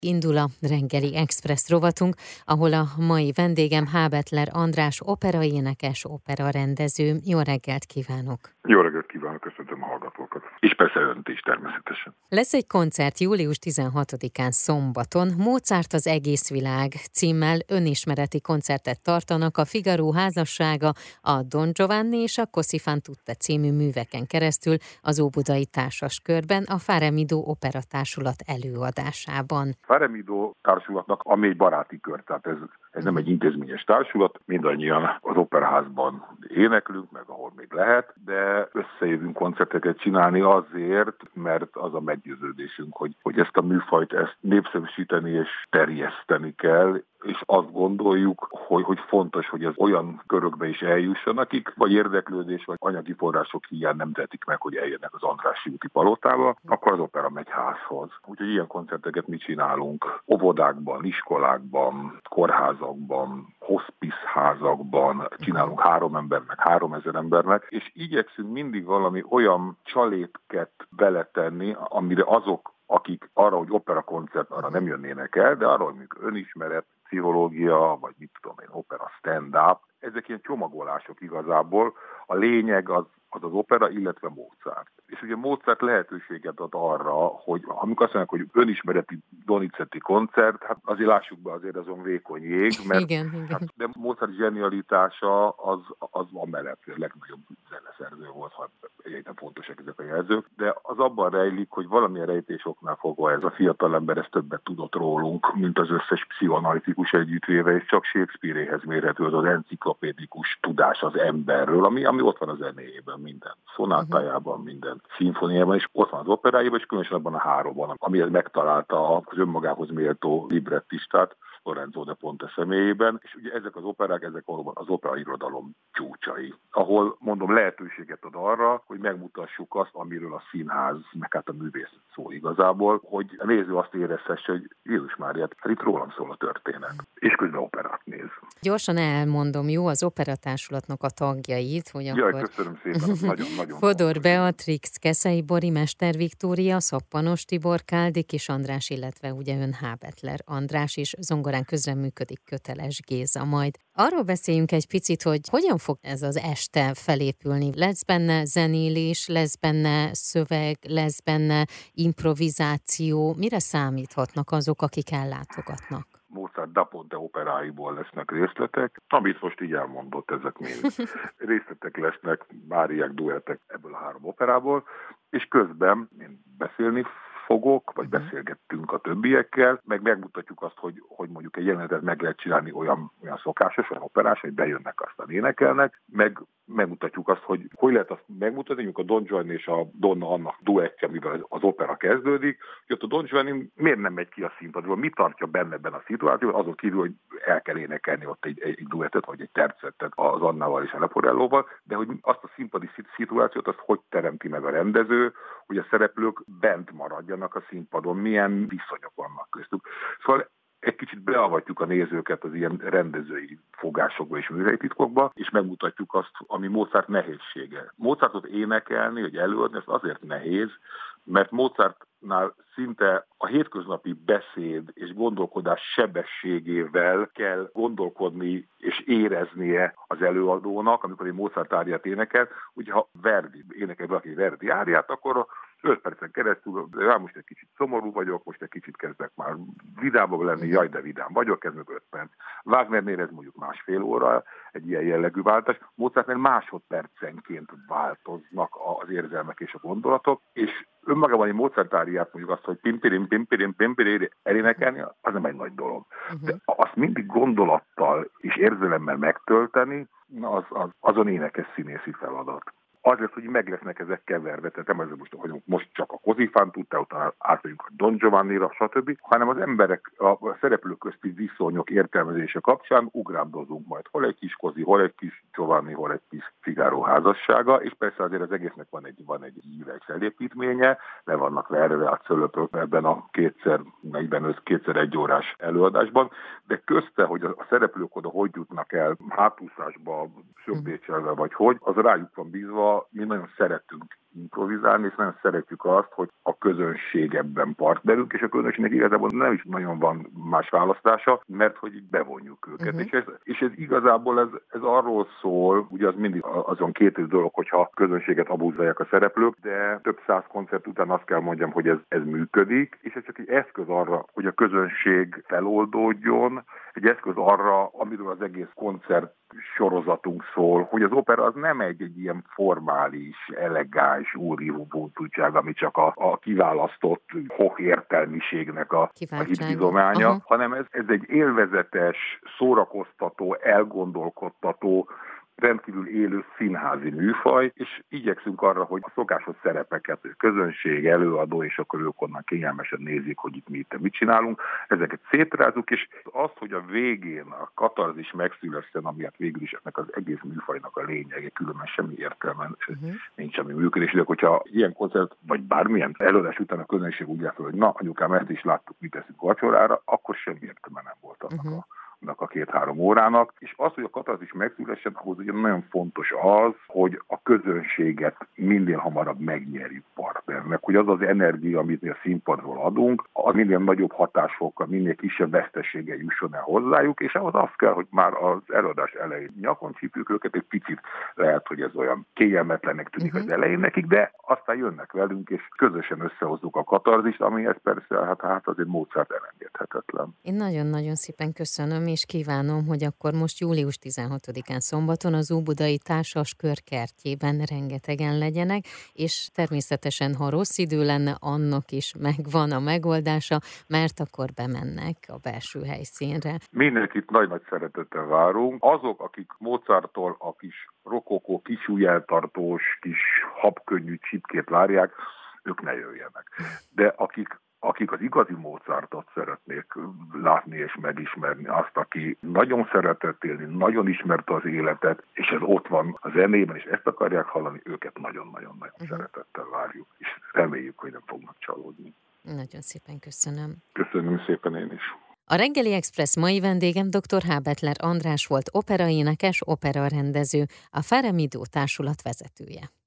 Indul a reggeli express rovatunk, ahol a mai vendégem Hábetler András operaénekes, operarendező. Jó reggelt kívánok! Jó reggelt kívánok, köszöntöm a hallgatókat. És persze önt is természetesen. Lesz egy koncert július 16-án szombaton. Mozart az egész világ címmel önismereti koncertet tartanak a Figaro házassága, a Don Giovanni és a Così fan tutte című műveken keresztül az Óbudai Társaskörben a Fare-Midó Opera Társulat előadásában. Fare-Midó Társulatnak, ami egy baráti kör, tehát ez nem egy intézményes társulat, mindannyian az operaházban éneklünk, meg ahol még lehet, de összejövünk koncerteket csinálni azért, mert az a meggyőződésünk, hogy ezt a műfajt népszerűsíteni és terjeszteni kell, és azt gondoljuk, hogy fontos, hogy ez olyan körökbe is eljusson, akik vagy érdeklődés, vagy anyagi források hiány nem tehetik meg, hogy eljönnek az Andrássy úti palotába, akkor az opera megy házhoz. Úgyhogy ilyen koncerteket mi csinálunk óvodákban, iskolákban, kórházakban, hospice házakban, csinálunk 3 embernek, 3000 embernek, és igyekszünk mindig valami olyan csalétket beletenni, amire azok, akik arra, hogy operakoncert, arra nem jönnének el, de arra, hogy mondjuk önismeret, pszichológia, vagy mit tudom én, opera stand-up, ezek ilyen csomagolások igazából. A lényeg az opera, illetve Mozart. És ugye Mozart lehetőséget ad arra, hogy amikor azt mondják, hogy önismereti Donizetti koncert, hát azért lássuk be, azért azon vékony jég, mert Igen. Hát, de Mozart zsenialitása az amellett, hogy a legnagyobb zeneszerző volt, ha egyébként fontosak ezek a jelzők, de az abban rejlik, hogy valamilyen rejtésoknál fogva ez a fiatalember ezt többet tudott rólunk, mint az összes pszichoanalitikus együttvéve, és csak Shakespeare-éhez mérhető az enciklopédikus tudás az emberről, ami ott van a zenéjében, minden szonátájában, minden szimfóniában, és ott van az operájában, és különösen abban a 3-ban, amihez megtalálta az önmagához méltó librettistát, Lorenzo da Ponte személyében, és ugye ezek az operák, ezek valóban az operairodalom csúcsai, ahol mondom lehetőséget ad arra, hogy megmutassuk azt, amiről a színház, meg hát a művészet szól igazából, hogy a néző azt érezhesse, hogy Jézus Mária, hát itt rólam szól a történet, és közben operát néz. Gyorsan elmondom, jó, az operatársulatnak a tagjait, hogy akkor... Jaj, köszönöm szépen, nagyon Fodor Beatrix, Keszei Bori, Mester Viktória, Szappanos Tibor, Káldi Kis András, illetve ugye ön Hábetler András is, zongorán közreműködik Köteles Géza majd. Arról beszéljünk egy picit, hogy hogyan fog ez az este felépülni. Lesz benne zenélés, lesz benne szöveg, lesz benne improvizáció. Mire számíthatnak azok, akik ellátogatnak? Mozart da Ponte operáiból lesznek részletek, amit most így elmondott, ezek mind részletek lesznek, máriák, duettek ebből a 3 operából, és közben én beszélni fogok, vagy beszélgettünk a többiekkel, meg megmutatjuk azt, hogy mondjuk egy jelenetet meg lehet csinálni olyan szokásos, olyan operás, hogy bejönnek, aztán énekelnek, meg megmutatjuk azt, hogy lehet azt megmutatni, mondjuk a Don Giovanni és a Donna Anna duettje, mivel az opera kezdődik, hogy ott a Don Giovanni miért nem megy ki a színpadról, mi tartja benne ebben a szituációban, azon kívül, hogy el kell énekelni ott egy duettet, vagy egy tercettet az Annával és a Leporellóval, de hogy azt a színpadi szituációt, azt hogy teremti meg a rendező, hogy a szereplők bent maradjanak a színpadon, milyen viszonyok vannak köztük. Szóval egy kicsit beavatjuk a nézőket az ilyen rendezői fogásokba és művei titkokba, és megmutatjuk azt, ami Mozart nehézsége. Mozartot énekelni, vagy előadni, ez azért nehéz, mert Mozartnál szinte a hétköznapi beszéd és gondolkodás sebességével kell gondolkodni és éreznie az előadónak, amikor egy Mozart áriát énekel. Ugye ha Verdi énekel valaki Verdi áriát, akkor 5 percen keresztül, most egy kicsit szomorú vagyok, most egy kicsit kezdek már vidámabb lenni, jaj, de vidám vagyok, ez meg 5 perc. Wagnernél ez mondjuk 1,5 óra, egy ilyen jellegű váltás. Mozartnél másodpercenként változnak az érzelmek és a gondolatok, és önmagában egy Mozart áriát mondjuk azt, hogy pimpirim elénekelni, az nem egy nagy dolog. De azt mindig gondolattal és érzelemmel megtölteni, azon énekes színészi feladat. Azért, hogy meg lesznek ezek keverve, tehát nem ez most csak a Così fan tutte, utána átmegyünk a Don Giovanni-ra, stb., hanem az emberek, a szereplők közti viszonyok értelmezése kapcsán ugrándozunk majd. Hol egy kis Così, hol egy kis Giovanni, hol egy kis Figaro házassága, és persze azért az egésznek van egy íves felépítménye, le vannak verve a cölöpök ebben a 2x1 órás előadásban, de közte, hogy a szereplők oda hogy jutnak el, hátúszásba, söpdécselve vagy hogy, az rájuk van bízva, mi nagyon szeretünk improvizálni, és nagyon szeretjük azt, hogy a közönség ebben partnerünk, és a közönségnek igazából nem is nagyon van más választása, mert hogy így bevonjuk őket. És ez igazából ez arról szól, ugye az mindig azon két dolog, hogyha a közönséget abúzzálják a szereplők, de több száz koncert után azt kell mondjam, hogy ez működik, és ez csak egy eszköz arra, hogy a közönség feloldódjon, egy eszköz arra, amiről az egész koncert sorozatunk szól, hogy az opera az nem egy ilyen formális, elegáns, úrívóbútúság, ami csak a kiválasztott értelmiségnek a hitbizománya, hanem ez egy élvezetes, szórakoztató, elgondolkodtató, rendkívül élő színházi műfaj, és igyekszünk arra, hogy a szokásos szerepeket, közönség, előadó, és akkor ők onnan kényelmesen nézik, hogy itt mit csinálunk, ezeket szétrázzuk, és azt, hogy a végén a katarzis megszülessen, ami hát végül is ennek az egész műfajnak a lényege, különben semmi értelme nincs semmi működés, de hogyha ilyen koncert, vagy bármilyen előadás után a közönség úgy jár fel, hogy na, anyukám, ezt is láttuk, mit teszünk vacsorára, akkor semmi értelme nem volt annak a 2-3 órának, és az, hogy a katarzis megszülessen, ahhoz ugye nagyon fontos az, hogy a közönséget minél hamarabb megnyerjük partnernek, hogy az az energia, amit mi a színpadról adunk, az minél nagyobb hatásfokkal, minél kisebb veszteséggel jusson el hozzájuk, és ahhoz az kell, hogy már az előadás elején nyakon csípjük őket, egy picit lehet, hogy ez olyan kényelmetlennek tűnik az elején nekik, de aztán jönnek velünk, és közösen összehozzuk a katarzist, amihez persze hát azért Mozart elengedhetetlen. Én nagyon-nagyon szépen köszönöm, és kívánom, hogy akkor most július 16-án szombaton az Óbudai Társas Kör kertjében rengetegen legyenek, és természetesen, ha rossz idő lenne, annak is megvan a megoldása, mert akkor bemennek a belső helyszínre. Mindenkit nagy-nagy szeretettel várunk. Azok, akik Mozarttól a kis rokokó, kis ujjeltartós, kis habkönnyű csipkét várják, ők ne jöjjenek. De akik az igazi Mozartot szeretnék látni és megismerni, azt, aki nagyon szeretett élni, nagyon ismerte az életet, és ez ott van a zenében, és ezt akarják hallani, őket nagyon-nagyon szeretettel várjuk, és reméljük, hogy nem fognak csalódni. Nagyon szépen köszönöm. Köszönöm szépen én is. A Reggeli Express mai vendégem dr. Hábetler András volt, operaénekes, operarendező, a Fáremidó Társulat vezetője.